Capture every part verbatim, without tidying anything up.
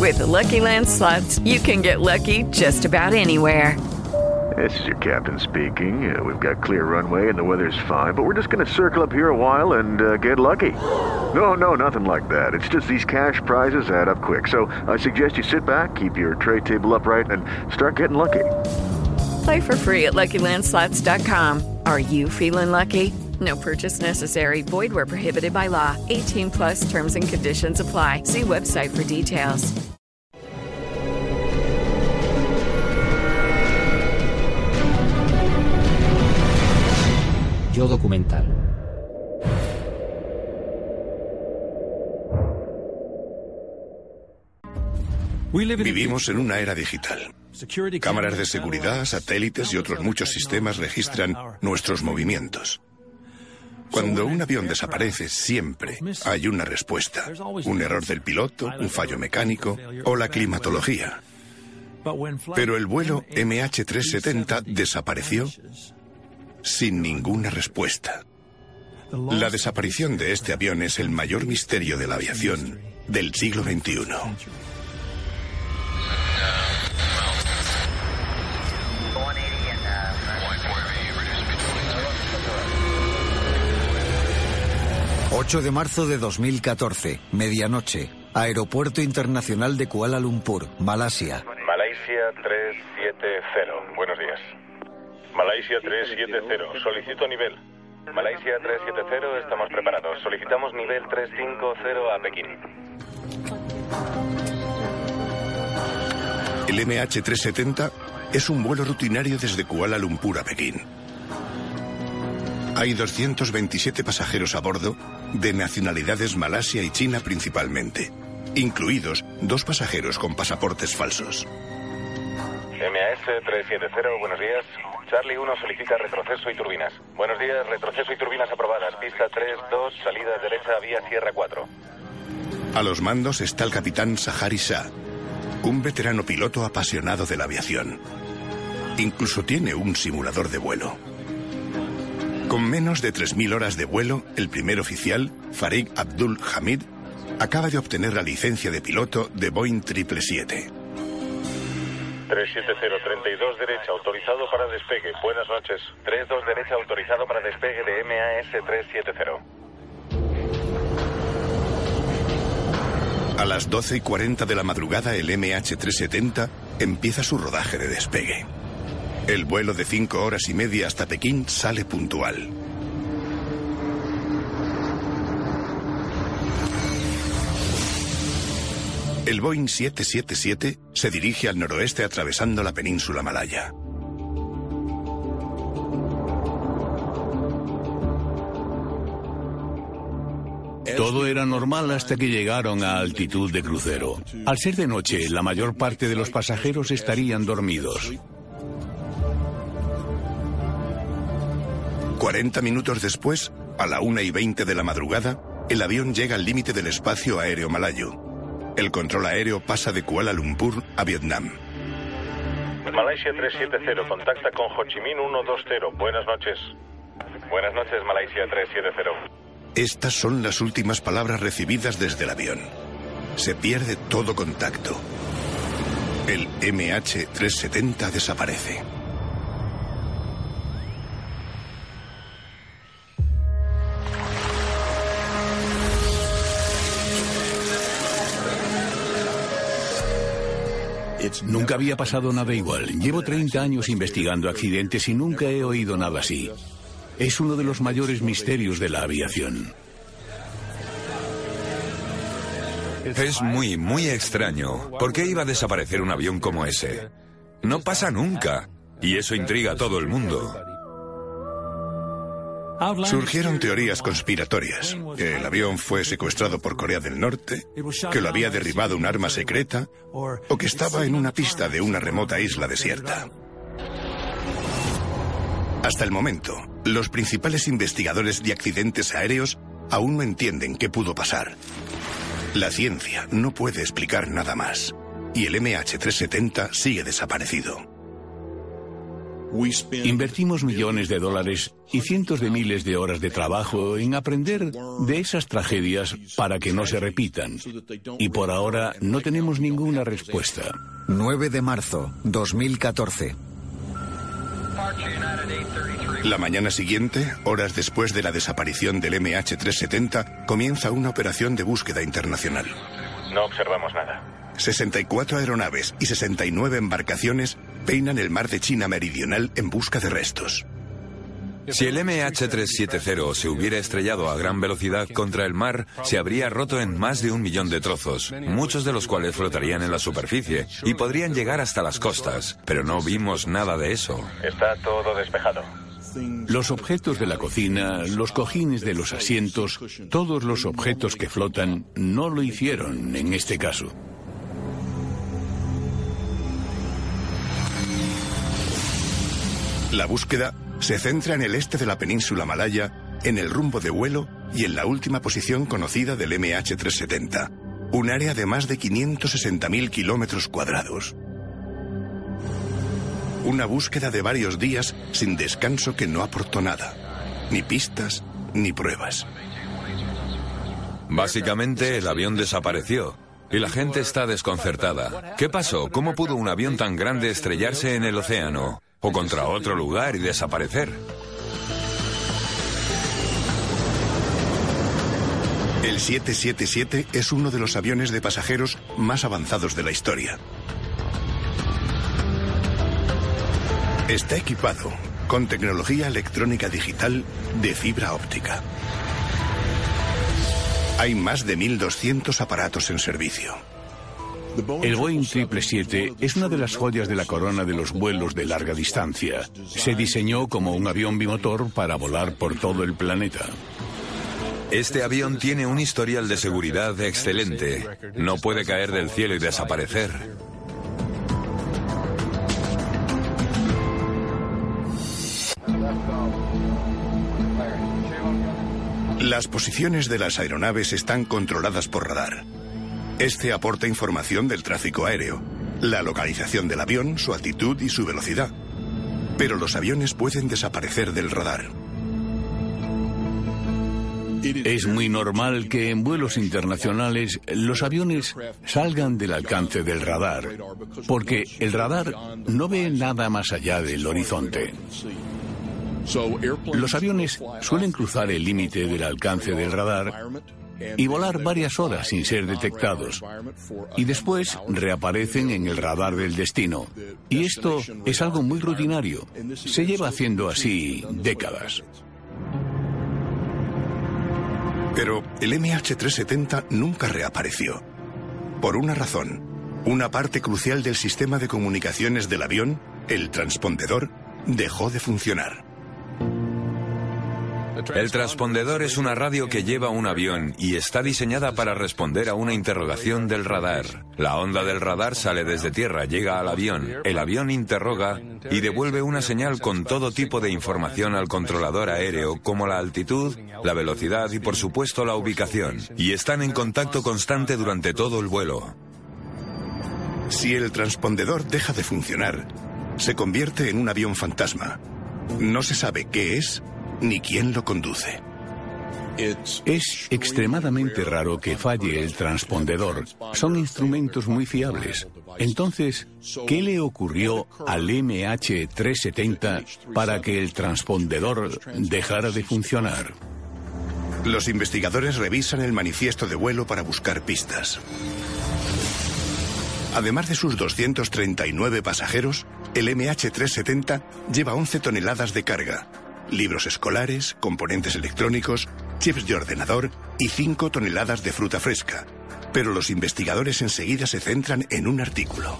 With the Lucky Land Slots, you can get lucky just about anywhere. This is your captain speaking. Uh, we've got clear runway and the weather's fine, but we're just going to circle up here a while and uh, get lucky. No, no, nothing like that. It's just these cash prizes add up quick. So I suggest you sit back, keep your tray table upright, and start getting lucky. Play for free at Lucky Land Slots dot com. Are you feeling lucky? No purchase necessary. Void where prohibited by law. eighteen plus terms and conditions apply. See website for details. Yo documental. Vivimos en una era digital. Cámaras de seguridad, satélites y otros muchos sistemas registran nuestros movimientos. Cuando un avión desaparece, siempre hay una respuesta. Un error del piloto, un fallo mecánico o la climatología. Pero el vuelo M H trescientos setenta desapareció sin ninguna respuesta. La desaparición de este avión es el mayor misterio de la aviación del siglo veintiuno. ocho de marzo de dos mil catorce, medianoche, Aeropuerto Internacional de Kuala Lumpur, Malasia. Malaysia trescientos setenta. Buenos días. Malaysia trescientos setenta. Solicito nivel. Malaysia trescientos setenta, estamos preparados. Solicitamos nivel trescientos cincuenta a Pekín. El M H trescientos setenta es un vuelo rutinario desde Kuala Lumpur a Pekín. Hay doscientos veintisiete pasajeros a bordo, de nacionalidades Malasia y China principalmente, incluidos dos pasajeros con pasaportes falsos. M A S trescientos setenta, buenos días. Charlie uno solicita retroceso y turbinas. Buenos días, retroceso y turbinas aprobadas. Pista tres dos, salida derecha, vía Sierra cuatro. A los mandos está el capitán Sahari Shah, un veterano piloto apasionado de la aviación. Incluso tiene un simulador de vuelo. Con menos de tres mil horas de vuelo, el primer oficial, Farid Abdul Hamid, acaba de obtener la licencia de piloto de Boeing siete siete siete. trescientos setenta, treinta y dos derecha, autorizado para despegue. Buenas noches. treinta y dos derecha, autorizado para despegue de M A S trescientos setenta. A las doce y cuarenta de la madrugada, el M H trescientos setenta empieza su rodaje de despegue. El vuelo de cinco horas y media hasta Pekín sale puntual. El Boeing siete siete siete se dirige al noroeste atravesando la península malaya. Todo era normal hasta que llegaron a altitud de crucero. Al ser de noche, la mayor parte de los pasajeros estarían dormidos. cuarenta minutos después, a la una y veinte de la madrugada, el avión llega al límite del espacio aéreo malayo. El control aéreo pasa de Kuala Lumpur a Vietnam. Malaysia trescientos setenta, contacta con Ho Chi Minh ciento veinte. Buenas noches. Buenas noches, Malaysia trescientos setenta. Estas son las últimas palabras recibidas desde el avión. Se pierde todo contacto. El M H trescientos setenta desaparece. Nunca había pasado nada igual. Llevo treinta años investigando accidentes y nunca he oído nada así. Es uno de los mayores misterios de la aviación. Es muy, muy extraño. ¿Por qué iba a desaparecer un avión como ese? No pasa nunca. Y eso intriga a todo el mundo. Surgieron teorías conspiratorias, que el avión fue secuestrado por Corea del Norte, que lo había derribado un arma secreta, o que estaba en una pista de una remota isla desierta. Hasta el momento, los principales investigadores de accidentes aéreos aún no entienden qué pudo pasar. La ciencia no puede explicar nada más, y el M H trescientos setenta sigue desaparecido. Invertimos millones de dólares y cientos de miles de horas de trabajo en aprender de esas tragedias para que no se repitan. Y por ahora no tenemos ninguna respuesta. nueve de marzo, dos mil catorce. La mañana siguiente, horas después de la desaparición del M H trescientos setenta, comienza una operación de búsqueda internacional. No observamos nada. sesenta y cuatro aeronaves y sesenta y nueve embarcaciones peinan el mar de China Meridional en busca de restos. Si el M H trescientos setenta se hubiera estrellado a gran velocidad contra el mar, se habría roto en más de un millón de trozos, muchos de los cuales flotarían en la superficie y podrían llegar hasta las costas, pero no vimos nada de eso. Está todo despejado. Los objetos de la cocina, los cojines de los asientos, todos los objetos que flotan no lo hicieron en este caso. La búsqueda se centra en el este de la península malaya, en el rumbo de vuelo y en la última posición conocida del M H trescientos setenta, un área de más de quinientos sesenta mil kilómetros cuadrados. Una búsqueda de varios días sin descanso que no aportó nada, ni pistas ni pruebas. Básicamente el avión desapareció y la gente está desconcertada. ¿Qué pasó? ¿Cómo pudo un avión tan grande estrellarse en el océano? O contra otro lugar y desaparecer. El siete siete siete es uno de los aviones de pasajeros más avanzados de la historia. Está equipado con tecnología electrónica digital de fibra óptica. Hay más de mil doscientos aparatos en servicio. El Boeing siete siete siete es una de las joyas de la corona de los vuelos de larga distancia. Se diseñó como un avión bimotor para volar por todo el planeta. Este avión tiene un historial de seguridad excelente. No puede caer del cielo y desaparecer. Las posiciones de las aeronaves están controladas por radar. Este aporta información del tráfico aéreo, la localización del avión, su altitud y su velocidad. Pero los aviones pueden desaparecer del radar. Es muy normal que en vuelos internacionales los aviones salgan del alcance del radar, porque el radar no ve nada más allá del horizonte. Los aviones suelen cruzar el límite del alcance del radar y volar varias horas sin ser detectados, y después reaparecen en el radar del destino. Y esto es algo muy rutinario. Se lleva haciendo así décadas. Pero el M H trescientos setenta nunca reapareció. Por una razón. Una parte crucial del sistema de comunicaciones del avión, el transpondedor, dejó de funcionar. El transpondedor es una radio que lleva un avión y está diseñada para responder a una interrogación del radar. La onda del radar sale desde tierra, llega al avión, el avión interroga y devuelve una señal con todo tipo de información al controlador aéreo, como la altitud, la velocidad y por supuesto la ubicación. Y están en contacto constante durante todo el vuelo. Si el transpondedor deja de funcionar, se convierte en un avión fantasma. No se sabe qué es ni quién lo conduce. Es extremadamente raro que falle el transpondedor. Son instrumentos muy fiables. Entonces, ¿qué le ocurrió al M H trescientos setenta para que el transpondedor dejara de funcionar? Los investigadores revisan el manifiesto de vuelo para buscar pistas. Además de sus doscientos treinta y nueve pasajeros, el M H trescientos setenta lleva once toneladas de carga. Libros escolares, componentes electrónicos, chips de ordenador y cinco toneladas de fruta fresca. Pero los investigadores enseguida se centran en un artículo.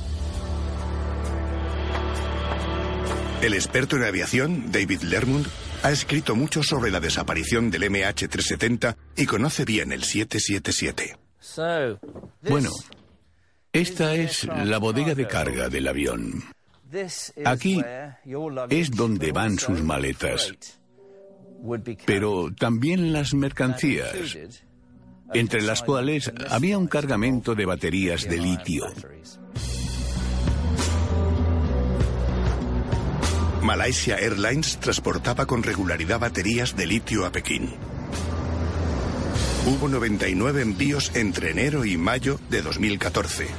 El experto en aviación, David Lermund, ha escrito mucho sobre la desaparición del M H trescientos setenta y conoce bien el siete siete siete. Bueno, esta es la bodega de carga del avión. Aquí es donde van sus maletas, pero también las mercancías, entre las cuales había un cargamento de baterías de litio. Malaysia Airlines transportaba con regularidad baterías de litio a Pekín. Hubo noventa y nueve envíos entre enero y mayo de dos mil catorce.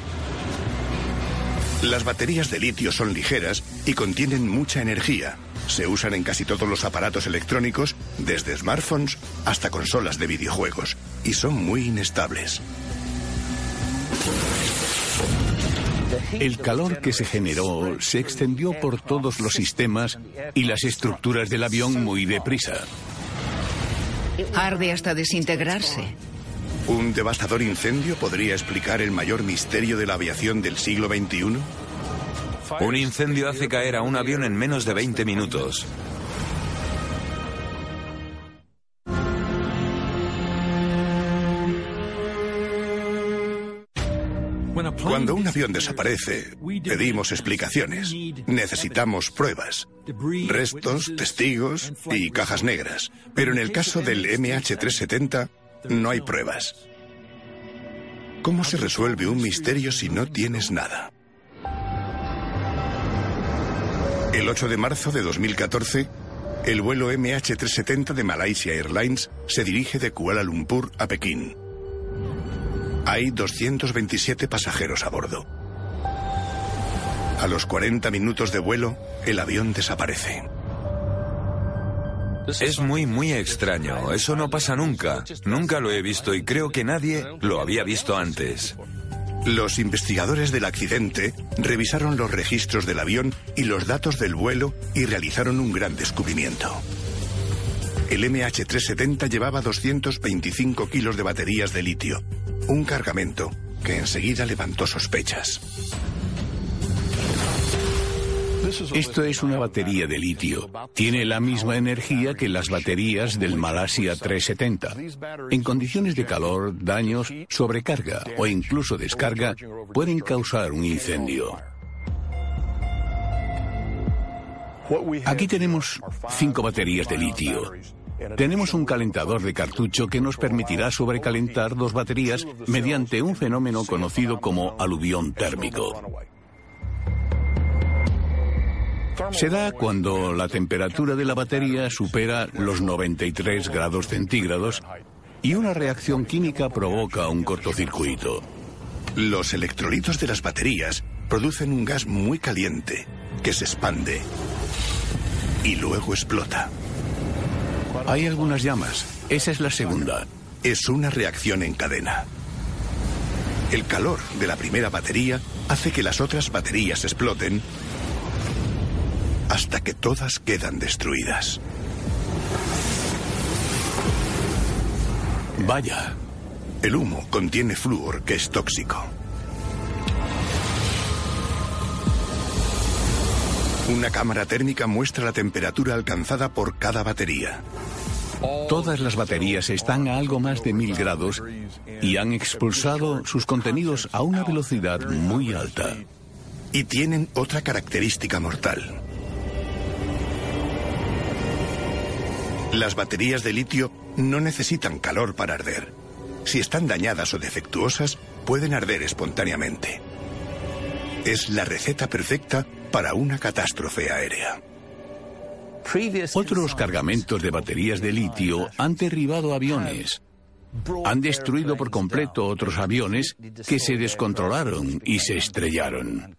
Las baterías de litio son ligeras y contienen mucha energía. Se usan en casi todos los aparatos electrónicos, desde smartphones hasta consolas de videojuegos, y son muy inestables. El calor que se generó se extendió por todos los sistemas y las estructuras del avión muy deprisa. Arde hasta desintegrarse. ¿Un devastador incendio podría explicar el mayor misterio de la aviación del siglo veintiuno? Un incendio hace caer a un avión en menos de veinte minutos. Cuando un avión desaparece, pedimos explicaciones. Necesitamos pruebas, restos, testigos y cajas negras. Pero en el caso del M H trescientos setenta, no hay pruebas. ¿Cómo se resuelve un misterio si no tienes nada? El ocho de marzo de dos mil catorce, el vuelo M H trescientos setenta de Malaysia Airlines se dirige de Kuala Lumpur a Pekín. Hay doscientos veintisiete pasajeros a bordo. A los cuarenta minutos de vuelo, el avión desaparece. Es muy, muy extraño. Eso no pasa nunca. Nunca lo he visto y creo que nadie lo había visto antes. Los investigadores del accidente revisaron los registros del avión y los datos del vuelo y realizaron un gran descubrimiento. El M H trescientos setenta llevaba doscientos veinticinco kilos de baterías de litio, un cargamento que enseguida levantó sospechas. Esto es una batería de litio. Tiene la misma energía que las baterías del Malaysia trescientos setenta. En condiciones de calor, daños, sobrecarga o incluso descarga pueden causar un incendio. Aquí tenemos cinco baterías de litio. Tenemos un calentador de cartucho que nos permitirá sobrecalentar dos baterías mediante un fenómeno conocido como aluvión térmico. Se da cuando la temperatura de la batería supera los noventa y tres grados centígrados y una reacción química provoca un cortocircuito. Los electrolitos de las baterías producen un gas muy caliente que se expande y luego explota. Hay algunas llamas. Esa es la segunda. Es una reacción en cadena. El calor de la primera batería hace que las otras baterías exploten hasta que todas quedan destruidas. Vaya. El humo contiene flúor, que es tóxico. Una cámara térmica muestra la temperatura alcanzada por cada batería. Todas las baterías están a algo más de mil grados y han expulsado sus contenidos a una velocidad muy alta. Y tienen otra característica mortal. Las baterías de litio no necesitan calor para arder. Si están dañadas o defectuosas, pueden arder espontáneamente. Es la receta perfecta para una catástrofe aérea. Otros cargamentos de baterías de litio han derribado aviones. Han destruido por completo otros aviones que se descontrolaron y se estrellaron.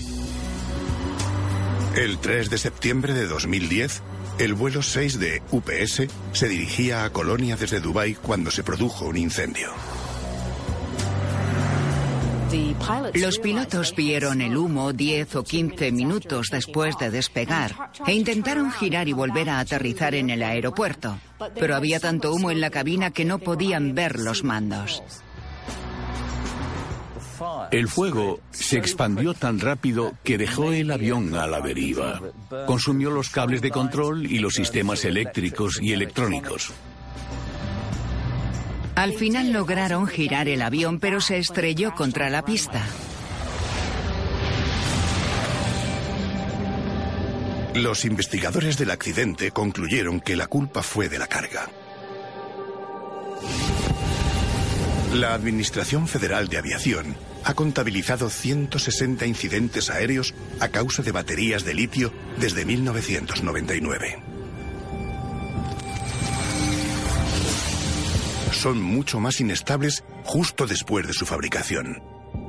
El tres de septiembre de dos mil diez, el vuelo seis de U P S se dirigía a Colonia desde Dubái cuando se produjo un incendio. Los pilotos vieron el humo diez o quince minutos después de despegar e intentaron girar y volver a aterrizar en el aeropuerto, pero había tanto humo en la cabina que no podían ver los mandos. El fuego se expandió tan rápido que dejó el avión a la deriva. Consumió los cables de control y los sistemas eléctricos y electrónicos. Al final lograron girar el avión, pero se estrelló contra la pista. Los investigadores del accidente concluyeron que la culpa fue de la carga. La Administración Federal de Aviación ha contabilizado ciento sesenta incidentes aéreos a causa de baterías de litio desde mil novecientos noventa y nueve. Son mucho más inestables justo después de su fabricación.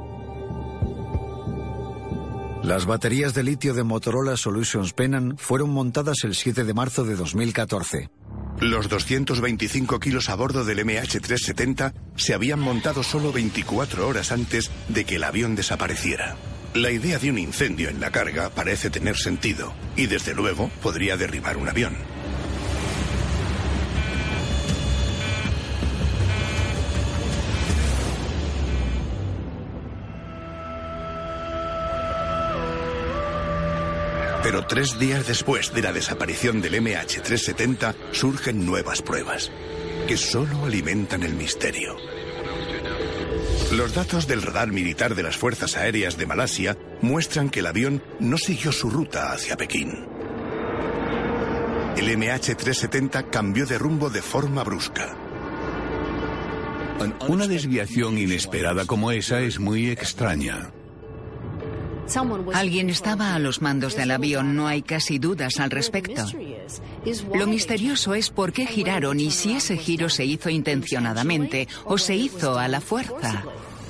Las baterías de litio de Motorola Solutions Penang fueron montadas el siete de marzo de dos mil catorce. Los doscientos veinticinco kilos a bordo del M H trescientos setenta se habían montado solo veinticuatro horas antes de que el avión desapareciera. La idea de un incendio en la carga parece tener sentido y desde luego podría derribar un avión. Pero tres días después de la desaparición del M H trescientos setenta surgen nuevas pruebas, que solo alimentan el misterio. Los datos del radar militar de las Fuerzas Aéreas de Malasia muestran que el avión no siguió su ruta hacia Pekín. El M H trescientos setenta cambió de rumbo de forma brusca. Una desviación inesperada como esa es muy extraña. Alguien estaba a los mandos del avión, no hay casi dudas al respecto. Lo misterioso es por qué giraron y si ese giro se hizo intencionadamente o se hizo a la fuerza.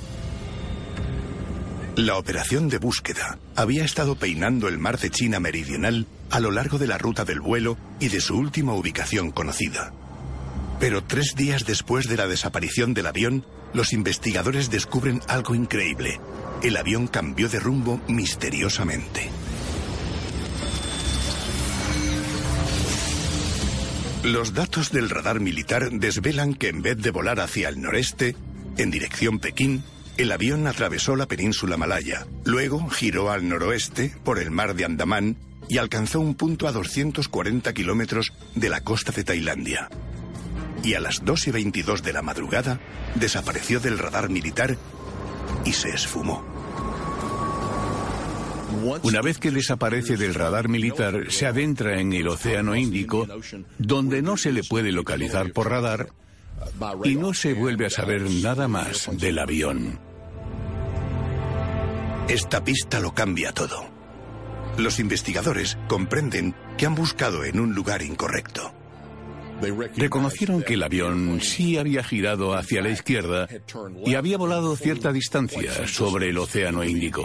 La operación de búsqueda había estado peinando el mar de China Meridional a lo largo de la ruta del vuelo y de su última ubicación conocida. Pero tres días después de la desaparición del avión, los investigadores descubren algo increíble. El avión cambió de rumbo misteriosamente. Los datos del radar militar desvelan que en vez de volar hacia el noreste, en dirección Pekín, el avión atravesó la península malaya. Luego giró al noroeste por el mar de Andamán y alcanzó un punto a doscientos cuarenta kilómetros de la costa de Tailandia. Y a las dos y veintidós de la madrugada desapareció del radar militar y se esfumó. Una vez que desaparece del radar militar, se adentra en el Océano Índico, donde no se le puede localizar por radar y no se vuelve a saber nada más del avión. Esta pista lo cambia todo. Los investigadores comprenden que han buscado en un lugar incorrecto. Reconocieron que el avión sí había girado hacia la izquierda y había volado cierta distancia sobre el Océano Índico.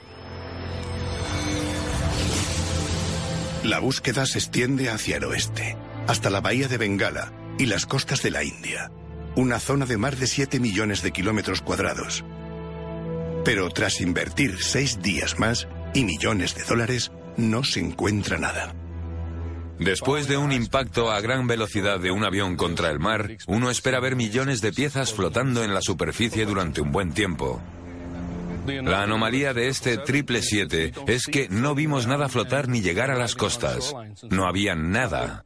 La búsqueda se extiende hacia el oeste, hasta la bahía de Bengala y las costas de la India, una zona de más de siete millones de kilómetros cuadrados. Pero tras invertir seis días más y millones de dólares, no se encuentra nada. Después de un impacto a gran velocidad de un avión contra el mar, uno espera ver millones de piezas flotando en la superficie durante un buen tiempo. La anomalía de este siete siete siete es que no vimos nada flotar ni llegar a las costas. No había nada.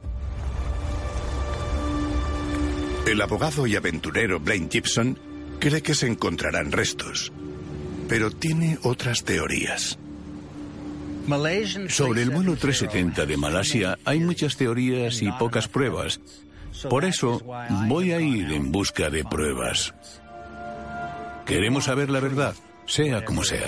El abogado y aventurero Blaine Gibson cree que se encontrarán restos, pero tiene otras teorías. Sobre el vuelo trescientos setenta de Malasia hay muchas teorías y pocas pruebas. Por eso voy a ir en busca de pruebas. Queremos saber la verdad, sea como sea.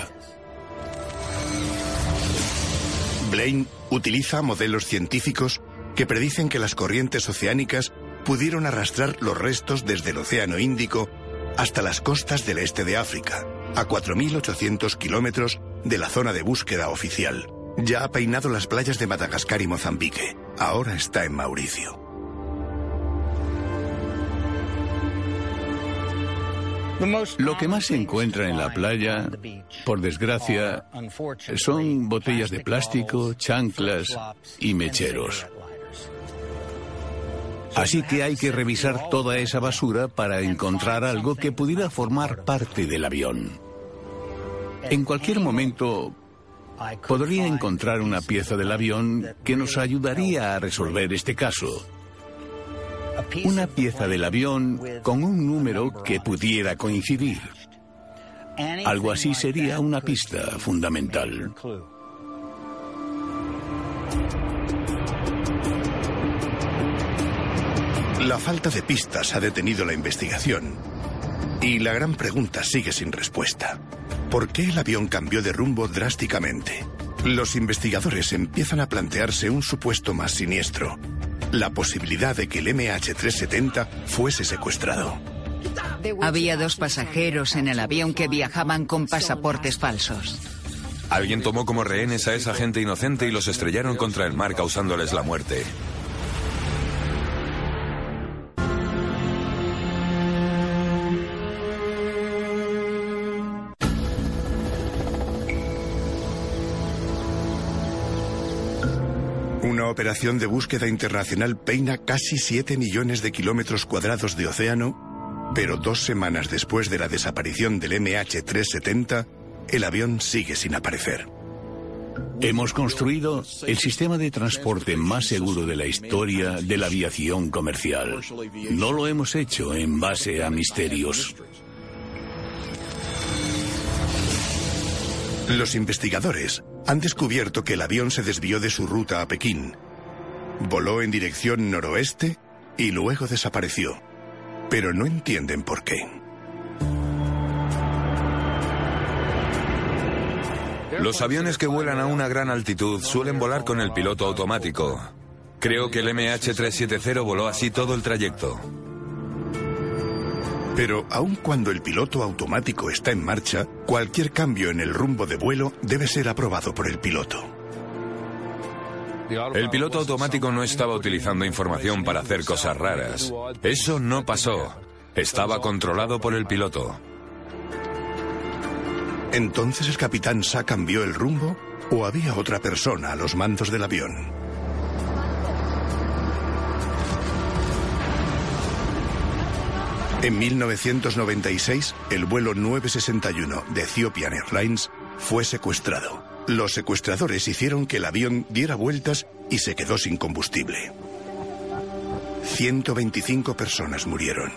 Blaine utiliza modelos científicos que predicen que las corrientes oceánicas pudieron arrastrar los restos desde el Océano Índico hasta las costas del este de África, a cuatro mil ochocientos kilómetros de la zona de búsqueda oficial. Ya ha peinado las playas de Madagascar y Mozambique. Ahora está en Mauricio. Lo que más se encuentra en la playa, por desgracia, son botellas de plástico, chanclas y mecheros. Así que hay que revisar toda esa basura para encontrar algo que pudiera formar parte del avión. En cualquier momento podría encontrar una pieza del avión que nos ayudaría a resolver este caso. Una pieza del avión con un número que pudiera coincidir. Algo así sería una pista fundamental. La falta de pistas ha detenido la investigación. Y la gran pregunta sigue sin respuesta. ¿Por qué el avión cambió de rumbo drásticamente? Los investigadores empiezan a plantearse un supuesto más siniestro: la posibilidad de que el M H trescientos setenta fuese secuestrado. Había dos pasajeros en el avión que viajaban con pasaportes falsos. Alguien tomó como rehenes a esa gente inocente y los estrellaron contra el mar, causándoles la muerte. Una operación de búsqueda internacional peina casi siete millones de kilómetros cuadrados de océano, pero dos semanas después de la desaparición del M H trescientos setenta, el avión sigue sin aparecer. Hemos construido el sistema de transporte más seguro de la historia de la aviación comercial. No lo hemos hecho en base a misterios. Los investigadores han descubierto que el avión se desvió de su ruta a Pekín, voló en dirección noroeste y luego desapareció, pero no entienden por qué. Los aviones que vuelan a una gran altitud suelen volar con el piloto automático. Creo que el M H trescientos setenta voló así todo el trayecto. Pero aun cuando el piloto automático está en marcha, cualquier cambio en el rumbo de vuelo debe ser aprobado por el piloto. El piloto automático no estaba utilizando información para hacer cosas raras. Eso no pasó. Estaba controlado por el piloto. ¿Entonces el capitán Sa cambió el rumbo o había otra persona a los mandos del avión? En mil novecientos noventa y seis, el vuelo nueve sesenta y uno de Ethiopian Airlines fue secuestrado. Los secuestradores hicieron que el avión diera vueltas y se quedó sin combustible. ciento veinticinco personas murieron.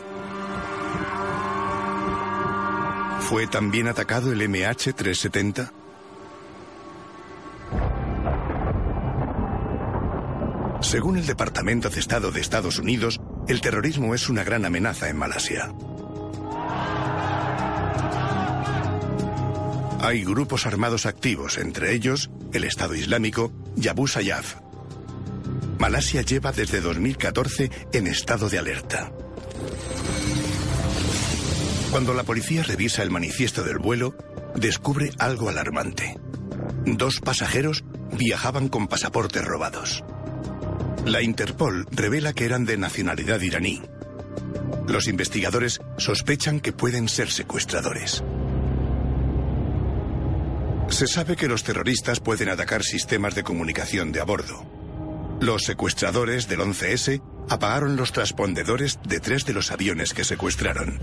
¿Fue también atacado el M H trescientos setenta? Según el Departamento de Estado de Estados Unidos, el terrorismo es una gran amenaza en Malasia. Hay grupos armados activos, entre ellos el Estado Islámico y Abu Sayyaf. Malasia lleva desde dos mil catorce en estado de alerta. Cuando la policía revisa el manifiesto del vuelo, descubre algo alarmante. Dos pasajeros viajaban con pasaportes robados. La Interpol revela que eran de nacionalidad iraní. Los investigadores sospechan que pueden ser secuestradores. Se sabe que los terroristas pueden atacar sistemas de comunicación de a bordo. Los secuestradores del once ese apagaron los transpondedores de tres de los aviones que secuestraron.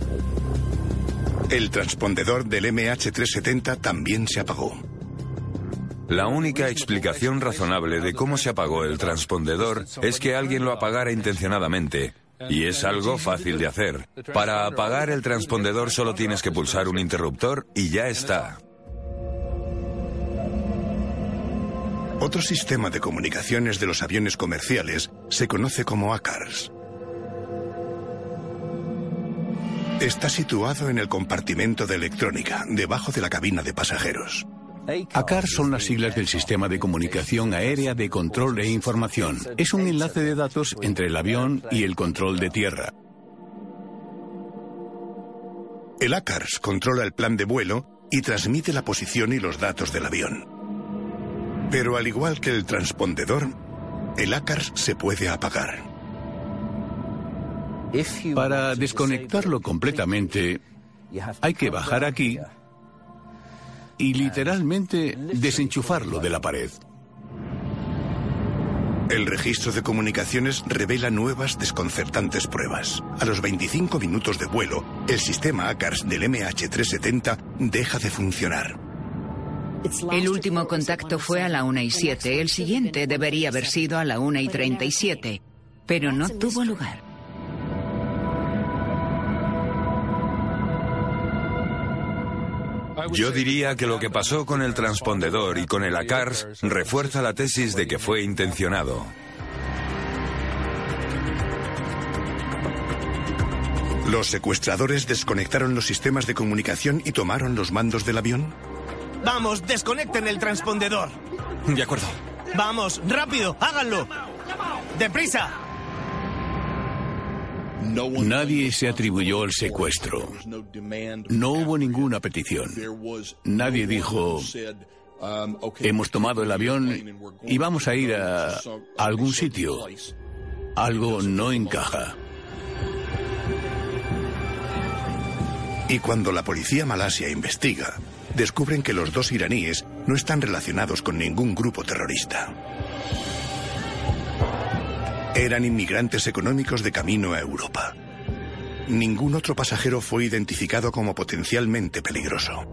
El transpondedor del M H trescientos setenta también se apagó. La única explicación razonable de cómo se apagó el transpondedor es que alguien lo apagara intencionadamente. Y es algo fácil de hacer. Para apagar el transpondedor solo tienes que pulsar un interruptor y ya está. Otro sistema de comunicaciones de los aviones comerciales se conoce como A C A R S. Está situado en el compartimento de electrónica, debajo de la cabina de pasajeros. A C A R son las siglas del Sistema de Comunicación Aérea de Control e Información. Es un enlace de datos entre el avión y el control de tierra. El A C A R S controla el plan de vuelo y transmite la posición y los datos del avión. Pero al igual que el transpondedor, el A C A R S se puede apagar. Para desconectarlo completamente, hay que bajar aquí y literalmente desenchufarlo de la pared. El registro de comunicaciones revela nuevas desconcertantes pruebas. A los veinticinco minutos de vuelo, el sistema A C A R S del M H trescientos setenta deja de funcionar. El último contacto fue a la una y siete. El siguiente debería haber sido a la una y treinta y siete, pero no tuvo lugar. Yo diría que lo que pasó con el transpondedor y con el A C A R S refuerza la tesis de que fue intencionado. ¿Los secuestradores desconectaron los sistemas de comunicación y tomaron los mandos del avión? Vamos, desconecten el transpondedor. De acuerdo. Vamos, rápido, háganlo. ¡Deprisa! Nadie se atribuyó el secuestro. No hubo ninguna petición. Nadie dijo, hemos tomado el avión y vamos a ir a, a algún sitio. Algo no encaja. Y cuando la policía malasia investiga, descubren que los dos iraníes no están relacionados con ningún grupo terrorista. Eran inmigrantes económicos de camino a Europa. Ningún otro pasajero fue identificado como potencialmente peligroso.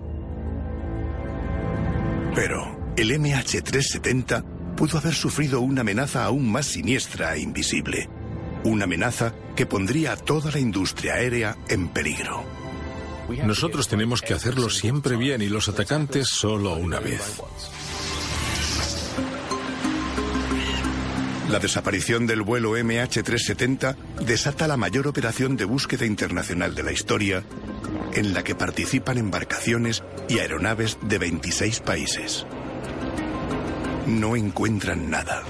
Pero el M H trescientos setenta pudo haber sufrido una amenaza aún más siniestra e invisible. Una amenaza que pondría a toda la industria aérea en peligro. Nosotros tenemos que hacerlo siempre bien y los atacantes solo una vez. La desaparición del vuelo M H trescientos setenta desata la mayor operación de búsqueda internacional de la historia, en la que participan embarcaciones y aeronaves de veintiséis países. No encuentran nada.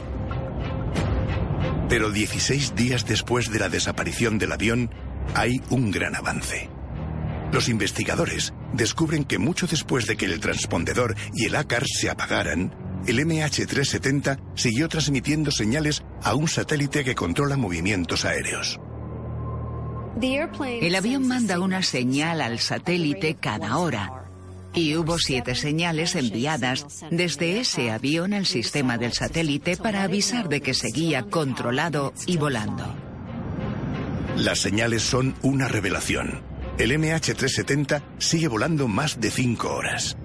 Pero dieciséis días después de la desaparición del avión, hay un gran avance. Los investigadores descubren que mucho después de que el transpondedor y el ACARS se apagaran, el M H trescientos setenta siguió transmitiendo señales a un satélite que controla movimientos aéreos. El avión manda una señal al satélite cada hora, y hubo siete señales enviadas desde ese avión al sistema del satélite para avisar de que seguía controlado y volando. Las señales son una revelación. El M H trescientos setenta sigue volando más de cinco horas.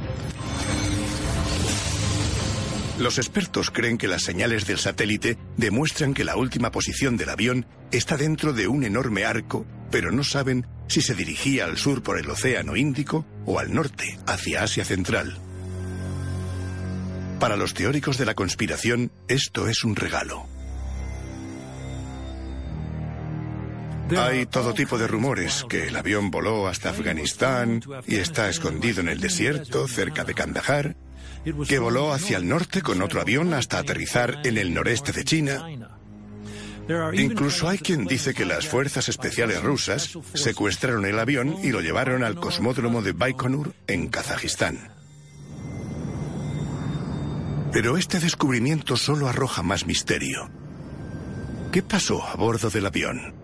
Los expertos creen que las señales del satélite demuestran que la última posición del avión está dentro de un enorme arco, pero no saben si se dirigía al sur por el Océano Índico o al norte, hacia Asia Central. Para los teóricos de la conspiración, esto es un regalo. Hay todo tipo de rumores, que el avión voló hasta Afganistán y está escondido en el desierto cerca de Kandahar, que voló hacia el norte con otro avión hasta aterrizar en el noreste de China. Incluso hay quien dice que las fuerzas especiales rusas secuestraron el avión y lo llevaron al cosmódromo de Baikonur en Kazajistán. Pero este descubrimiento solo arroja más misterio. ¿Qué pasó a bordo del avión?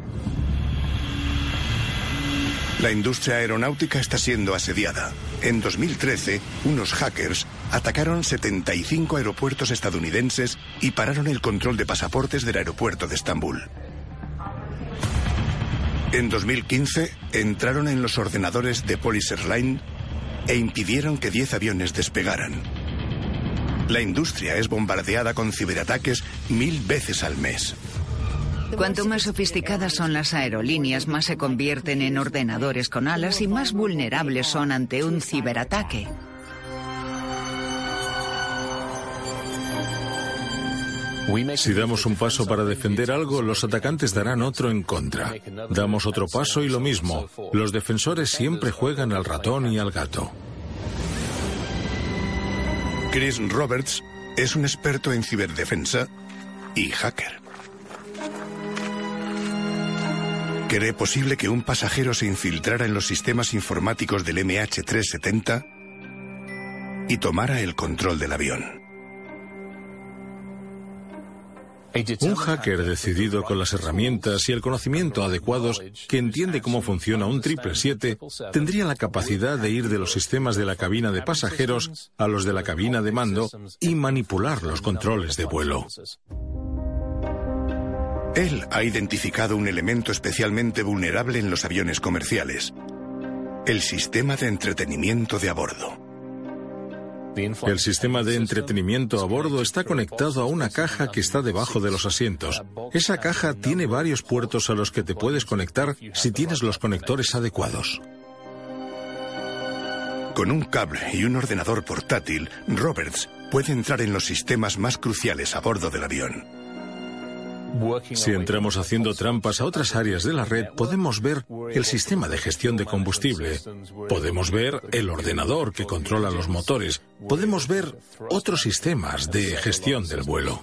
La industria aeronáutica está siendo asediada. En dos mil trece, unos hackers atacaron setenta y cinco aeropuertos estadounidenses y pararon el control de pasaportes del aeropuerto de Estambul. En dos mil quince, entraron en los ordenadores de Polish Airlines e impidieron que diez aviones despegaran. La industria es bombardeada con ciberataques mil veces al mes. Cuanto más sofisticadas son las aerolíneas, más se convierten en ordenadores con alas y más vulnerables son ante un ciberataque. Si damos un paso para defender algo, los atacantes darán otro en contra. Damos otro paso y lo mismo. Los defensores siempre juegan al ratón y al gato. Chris Roberts es un experto en ciberdefensa y hacker. ¿Cree posible que un pasajero se infiltrara en los sistemas informáticos del M H trescientos setenta y tomara el control del avión? Un hacker decidido con las herramientas y el conocimiento adecuados, que entiende cómo funciona un siete siete siete, tendría la capacidad de ir de los sistemas de la cabina de pasajeros a los de la cabina de mando y manipular los controles de vuelo. Él ha identificado un elemento especialmente vulnerable en los aviones comerciales: el sistema de entretenimiento de a bordo. El sistema de entretenimiento a bordo está conectado a una caja que está debajo de los asientos. Esa caja tiene varios puertos a los que te puedes conectar si tienes los conectores adecuados. Con un cable y un ordenador portátil, Roberts puede entrar en los sistemas más cruciales a bordo del avión. Si entramos haciendo trampas a otras áreas de la red, podemos ver el sistema de gestión de combustible, podemos ver el ordenador que controla los motores, podemos ver otros sistemas de gestión del vuelo.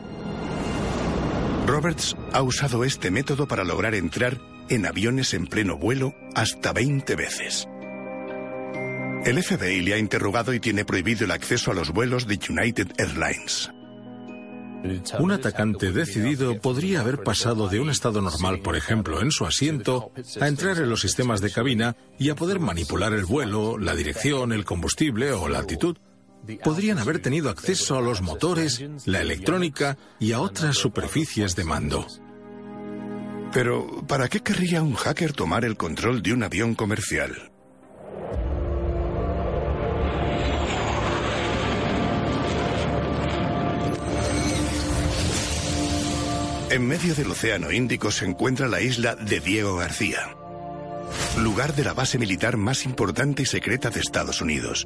Roberts ha usado este método para lograr entrar en aviones en pleno vuelo hasta veinte veces. El F B I le ha interrogado y tiene prohibido el acceso a los vuelos de United Airlines. Un atacante decidido podría haber pasado de un estado normal, por ejemplo, en su asiento, a entrar en los sistemas de cabina y a poder manipular el vuelo, la dirección, el combustible o la altitud. Podrían haber tenido acceso a los motores, la electrónica y a otras superficies de mando. Pero, ¿para qué querría un hacker tomar el control de un avión comercial? En medio del Océano Índico se encuentra la isla de Diego García, lugar de la base militar más importante y secreta de Estados Unidos.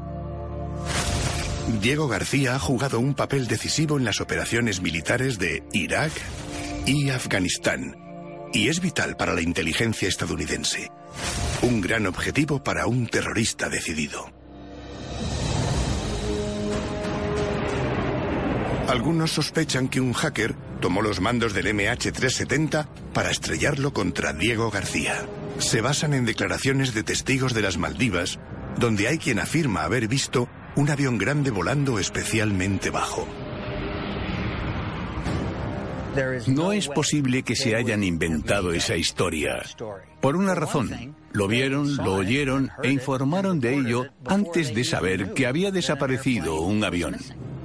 Diego García ha jugado un papel decisivo en las operaciones militares de Irak y Afganistán, y es vital para la inteligencia estadounidense. Un gran objetivo para un terrorista decidido. Algunos sospechan que un hacker tomó los mandos del M H trescientos setenta para estrellarlo contra Diego García. Se basan en declaraciones de testigos de las Maldivas, donde hay quien afirma haber visto un avión grande volando especialmente bajo. No es posible que se hayan inventado esa historia. Por una razón, lo vieron, lo oyeron e informaron de ello antes de saber que había desaparecido un avión.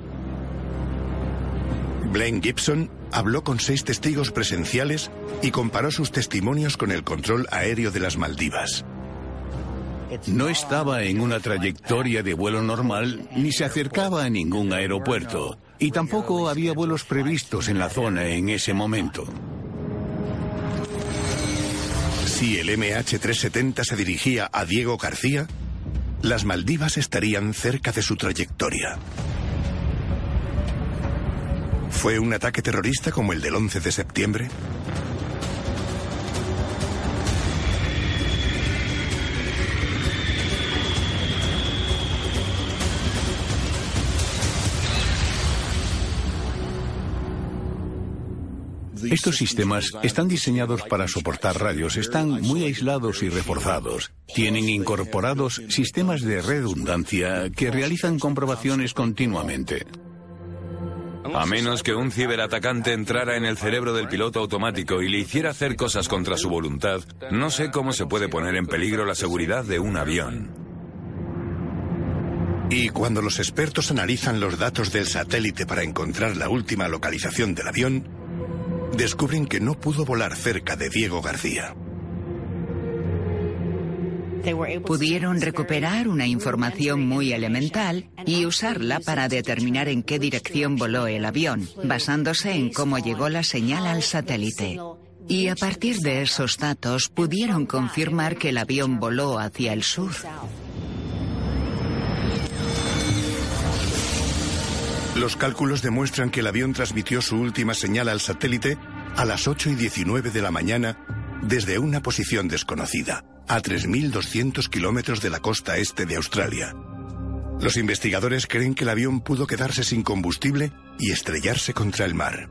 Blaine Gibson habló con seis testigos presenciales y comparó sus testimonios con el control aéreo de las Maldivas. No estaba en una trayectoria de vuelo normal ni se acercaba a ningún aeropuerto. Y tampoco había vuelos previstos en la zona en ese momento. Si el M H trescientos setenta se dirigía a Diego García, las Maldivas estarían cerca de su trayectoria. ¿Fue un ataque terrorista como el del once de septiembre? Estos sistemas están diseñados para soportar radios, están muy aislados y reforzados. Tienen incorporados sistemas de redundancia que realizan comprobaciones continuamente. A menos que un ciberatacante entrara en el cerebro del piloto automático y le hiciera hacer cosas contra su voluntad, no sé cómo se puede poner en peligro la seguridad de un avión. Y cuando los expertos analizan los datos del satélite para encontrar la última localización del avión, descubren que no pudo volar cerca de Diego García. Pudieron recuperar una información muy elemental y usarla para determinar en qué dirección voló el avión, basándose en cómo llegó la señal al satélite. Y a partir de esos datos pudieron confirmar que el avión voló hacia el sur. Los cálculos demuestran que el avión transmitió su última señal al satélite a las ocho y diecinueve de la mañana desde una posición desconocida, a tres mil doscientos kilómetros de la costa este de Australia. Los investigadores creen que el avión pudo quedarse sin combustible y estrellarse contra el mar.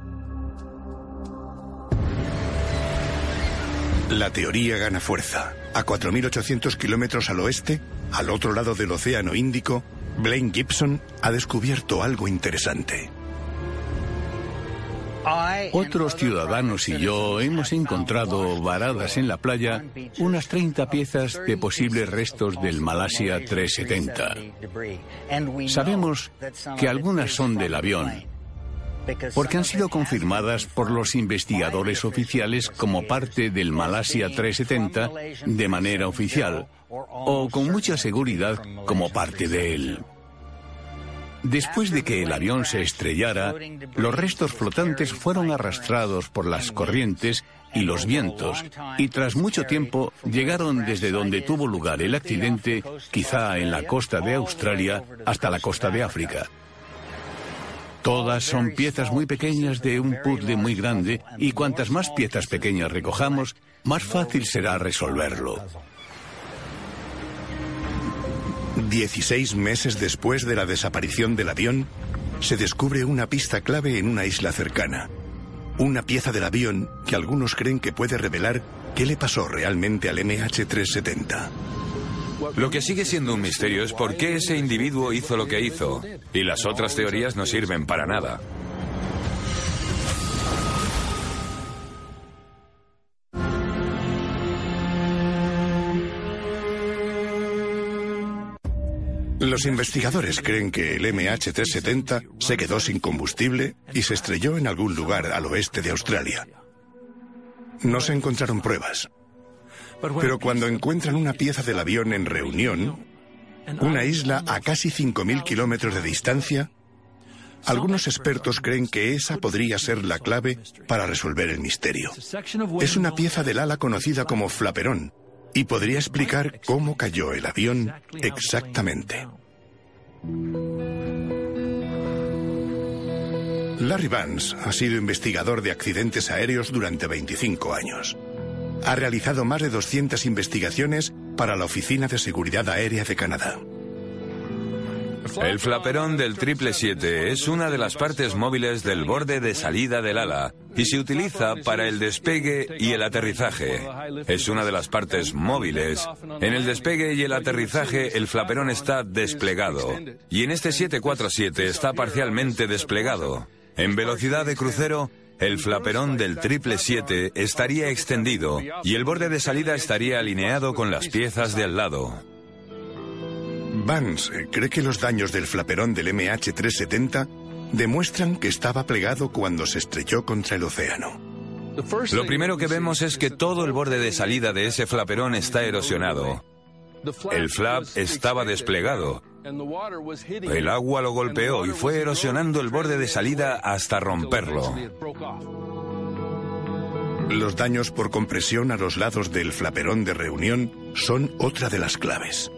La teoría gana fuerza. A cuatro mil ochocientos kilómetros al oeste, al otro lado del Océano Índico, Blaine Gibson ha descubierto algo interesante. Otros ciudadanos y yo hemos encontrado varadas en la playa unas treinta piezas de posibles restos del Malasia trescientos setenta. Sabemos que algunas son del avión, porque han sido confirmadas por los investigadores oficiales como parte del Malasia trescientos setenta de manera oficial, o con mucha seguridad como parte de él. Después de que el avión se estrellara, los restos flotantes fueron arrastrados por las corrientes y los vientos, y tras mucho tiempo llegaron desde donde tuvo lugar el accidente, quizá en la costa de Australia, hasta la costa de África. Todas son piezas muy pequeñas de un puzzle muy grande y cuantas más piezas pequeñas recojamos, más fácil será resolverlo. Dieciséis meses después de la desaparición del avión, se descubre una pista clave en una isla cercana. Una pieza del avión que algunos creen que puede revelar qué le pasó realmente al M H trescientos setenta. Lo que sigue siendo un misterio es por qué ese individuo hizo lo que hizo, y las otras teorías no sirven para nada. Los investigadores creen que el M H trescientos setenta se quedó sin combustible y se estrelló en algún lugar al oeste de Australia. No se encontraron pruebas. Pero cuando encuentran una pieza del avión en Reunión, una isla a casi cinco mil kilómetros de distancia, algunos expertos creen que esa podría ser la clave para resolver el misterio. Es una pieza del ala conocida como flaperón y podría explicar cómo cayó el avión exactamente. Larry Vance ha sido investigador de accidentes aéreos durante veinticinco años. Ha realizado más de doscientas investigaciones para la Oficina de Seguridad Aérea de Canadá. El flaperón del siete siete siete es una de las partes móviles del borde de salida del ala y se utiliza para el despegue y el aterrizaje. Es una de las partes móviles. En el despegue y el aterrizaje el flaperón está desplegado y en este siete cuatro siete está parcialmente desplegado. En velocidad de crucero, el flaperón del siete siete siete estaría extendido y el borde de salida estaría alineado con las piezas de al lado. Vance cree que los daños del flaperón del M H trescientos setenta demuestran que estaba plegado cuando se estrelló contra el océano. Lo primero que vemos es que todo el borde de salida de ese flaperón está erosionado. El flap estaba desplegado. El agua lo golpeó y fue erosionando el borde de salida hasta romperlo. Los daños por compresión a los lados del flaperón de Reunión son otra de las claves.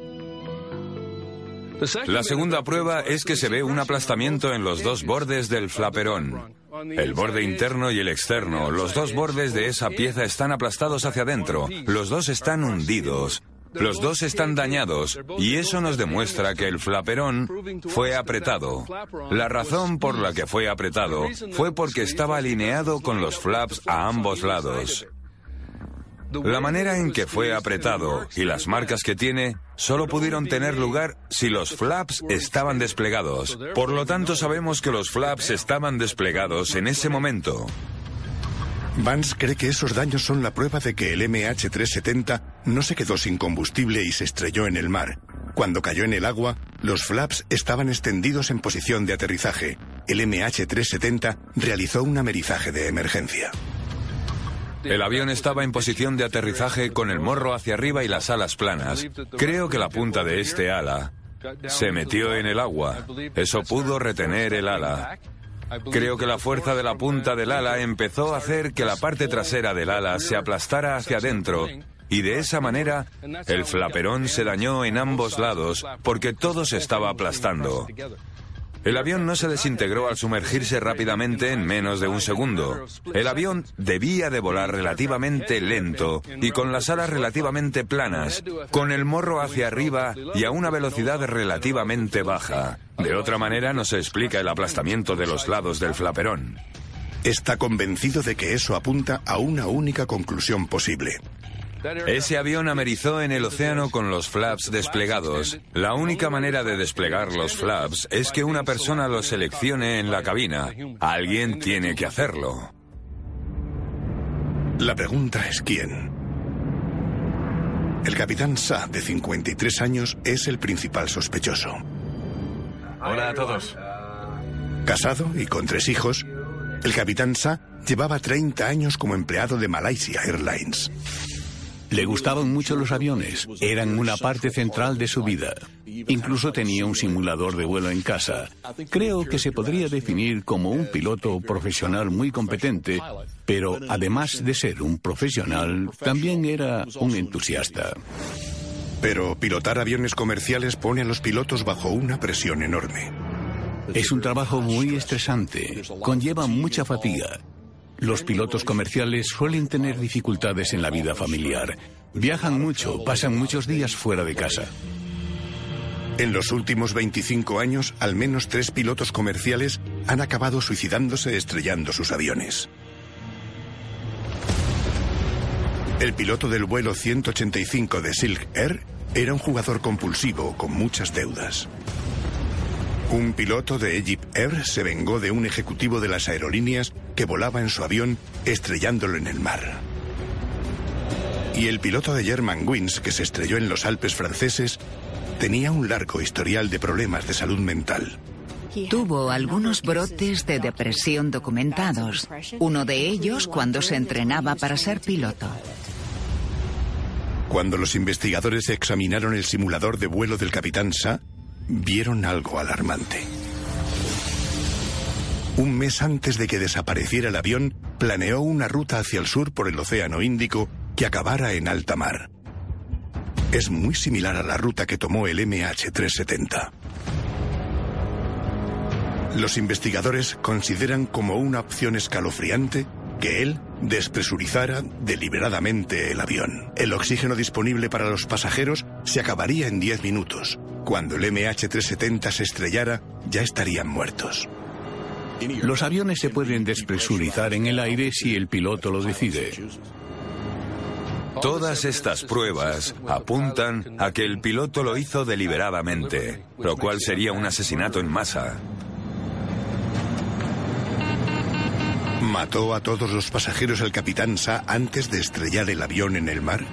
La segunda prueba es que se ve un aplastamiento en los dos bordes del flaperón. El borde interno y el externo, los dos bordes de esa pieza están aplastados hacia adentro. Los dos están hundidos. Los dos están dañados y eso nos demuestra que el flaperón fue apretado. La razón por la que fue apretado fue porque estaba alineado con los flaps a ambos lados. La manera en que fue apretado y las marcas que tiene solo pudieron tener lugar si los flaps estaban desplegados. Por lo tanto, sabemos que los flaps estaban desplegados en ese momento. Vance cree que esos daños son la prueba de que el M H trescientos setenta no se quedó sin combustible y se estrelló en el mar. Cuando cayó en el agua, los flaps estaban extendidos en posición de aterrizaje. El M H trescientos setenta realizó un amerizaje de emergencia. El avión estaba en posición de aterrizaje con el morro hacia arriba y las alas planas. Creo que la punta de este ala se metió en el agua. Eso pudo retener el ala. Creo que la fuerza de la punta del ala empezó a hacer que la parte trasera del ala se aplastara hacia adentro y de esa manera el flaperón se dañó en ambos lados porque todo se estaba aplastando. El avión no se desintegró al sumergirse rápidamente en menos de un segundo. El avión debía de volar relativamente lento y con las alas relativamente planas, con el morro hacia arriba y a una velocidad relativamente baja. De otra manera no se explica el aplastamiento de los lados del flaperón. Está convencido de que eso apunta a una única conclusión posible. Ese avión amerizó en el océano con los flaps desplegados. La única manera de desplegar los flaps es que una persona los seleccione en la cabina. Alguien tiene que hacerlo. La pregunta es ¿quién? El capitán Sa, de cincuenta y tres años, es el principal sospechoso. Hola a todos. Casado y con tres hijos, el capitán Sa llevaba treinta años como empleado de Malaysia Airlines. Le gustaban mucho los aviones, eran una parte central de su vida. Incluso tenía un simulador de vuelo en casa. Creo que se podría definir como un piloto profesional muy competente, pero además de ser un profesional, también era un entusiasta. Pero pilotar aviones comerciales pone a los pilotos bajo una presión enorme. Es un trabajo muy estresante, conlleva mucha fatiga. Los pilotos comerciales suelen tener dificultades en la vida familiar. Viajan mucho, pasan muchos días fuera de casa. En los últimos veinticinco años, al menos tres pilotos comerciales han acabado suicidándose estrellando sus aviones. El piloto del vuelo ciento ochenta y cinco de Silk Air era un jugador compulsivo con muchas deudas. Un piloto de Egypt Air se vengó de un ejecutivo de las aerolíneas que volaba en su avión estrellándolo en el mar. Y el piloto de Germanwings, que se estrelló en los Alpes franceses, tenía un largo historial de problemas de salud mental. Tuvo algunos brotes de depresión documentados, uno de ellos cuando se entrenaba para ser piloto. Cuando los investigadores examinaron el simulador de vuelo del capitán Shah, vieron algo alarmante. Un mes antes de que desapareciera el avión, planeó una ruta hacia el sur por el Océano Índico que acabara en alta mar. Es muy similar a la ruta que tomó el M H trescientos setenta. Los investigadores consideran como una opción escalofriante que él despresurizara deliberadamente el avión. El oxígeno disponible para los pasajeros se acabaría en diez minutos. Cuando el M H trescientos setenta se estrellara, ya estarían muertos. Los aviones se pueden despresurizar en el aire si el piloto lo decide. Todas estas pruebas apuntan a que el piloto lo hizo deliberadamente, lo cual sería un asesinato en masa. ¿Mató a todos los pasajeros el capitán Shah antes de estrellar el avión en el mar?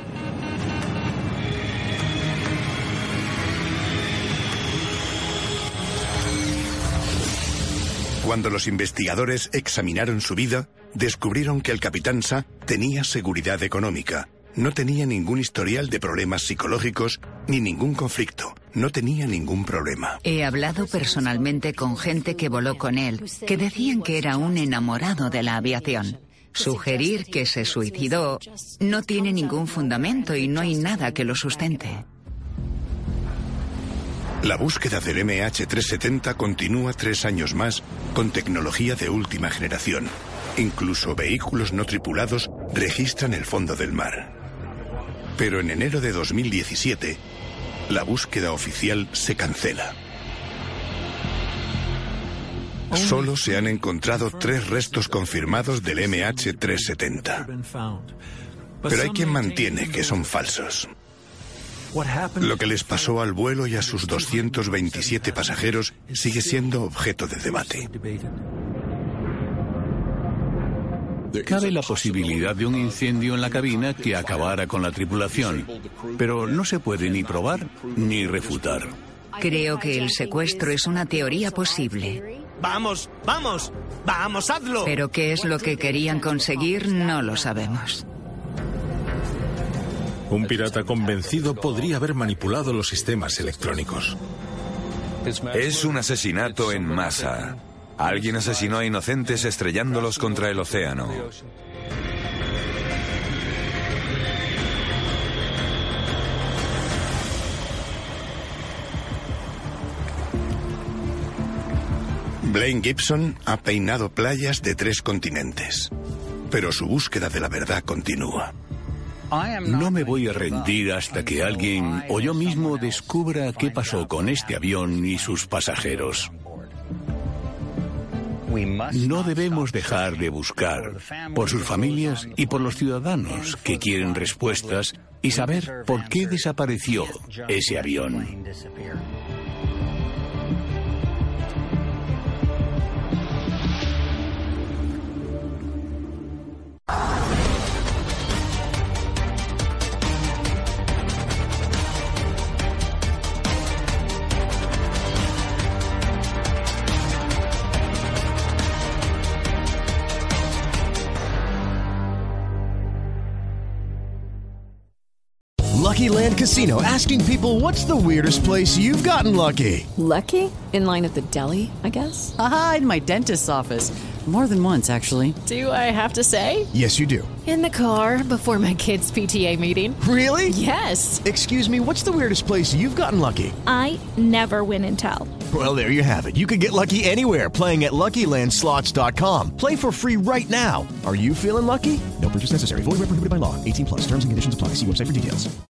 Cuando los investigadores examinaron su vida, descubrieron que el capitán Shah tenía seguridad económica, no tenía ningún historial de problemas psicológicos ni ningún conflicto, no tenía ningún problema. He hablado personalmente con gente que voló con él, que decían que era un enamorado de la aviación. Sugerir que se suicidó no tiene ningún fundamento y no hay nada que lo sustente. La búsqueda del M H trescientos setenta continúa tres años más con tecnología de última generación. Incluso vehículos no tripulados registran el fondo del mar. Pero en enero de dos mil diecisiete, la búsqueda oficial se cancela. Solo se han encontrado tres restos confirmados del M H trescientos setenta. Pero hay quien mantiene que son falsos. Lo que les pasó al vuelo y a sus doscientos veintisiete pasajeros sigue siendo objeto de debate. Cabe la posibilidad de un incendio en la cabina que acabara con la tripulación, pero no se puede ni probar ni refutar. Creo que el secuestro es una teoría posible. ¡Vamos, vamos! ¡Vamos, hazlo! Pero qué es lo que querían conseguir no lo sabemos. Un pirata convencido podría haber manipulado los sistemas electrónicos. Es un asesinato en masa. Alguien asesinó a inocentes estrellándolos contra el océano. Blaine Gibson ha peinado playas de tres continentes, pero su búsqueda de la verdad continúa. No me voy a rendir hasta que alguien o yo mismo descubra qué pasó con este avión y sus pasajeros. No debemos dejar de buscar por sus familias y por los ciudadanos que quieren respuestas y saber por qué desapareció ese avión. Lucky Land Casino, asking people, what's the weirdest place you've gotten lucky? Lucky? In line at the deli, I guess? Aha, in my dentist's office. More than once, actually. Do I have to say? Yes, you do. In the car before my kids' P T A meeting. Really? Yes. Excuse me, what's the weirdest place you've gotten lucky? I never win and tell. Well, there you have it. You can get lucky anywhere, playing at Lucky Land Slots dot com. Play for free right now. Are you feeling lucky? No purchase necessary. Void where prohibited by law. eighteen plus. Terms and conditions apply. See website for details.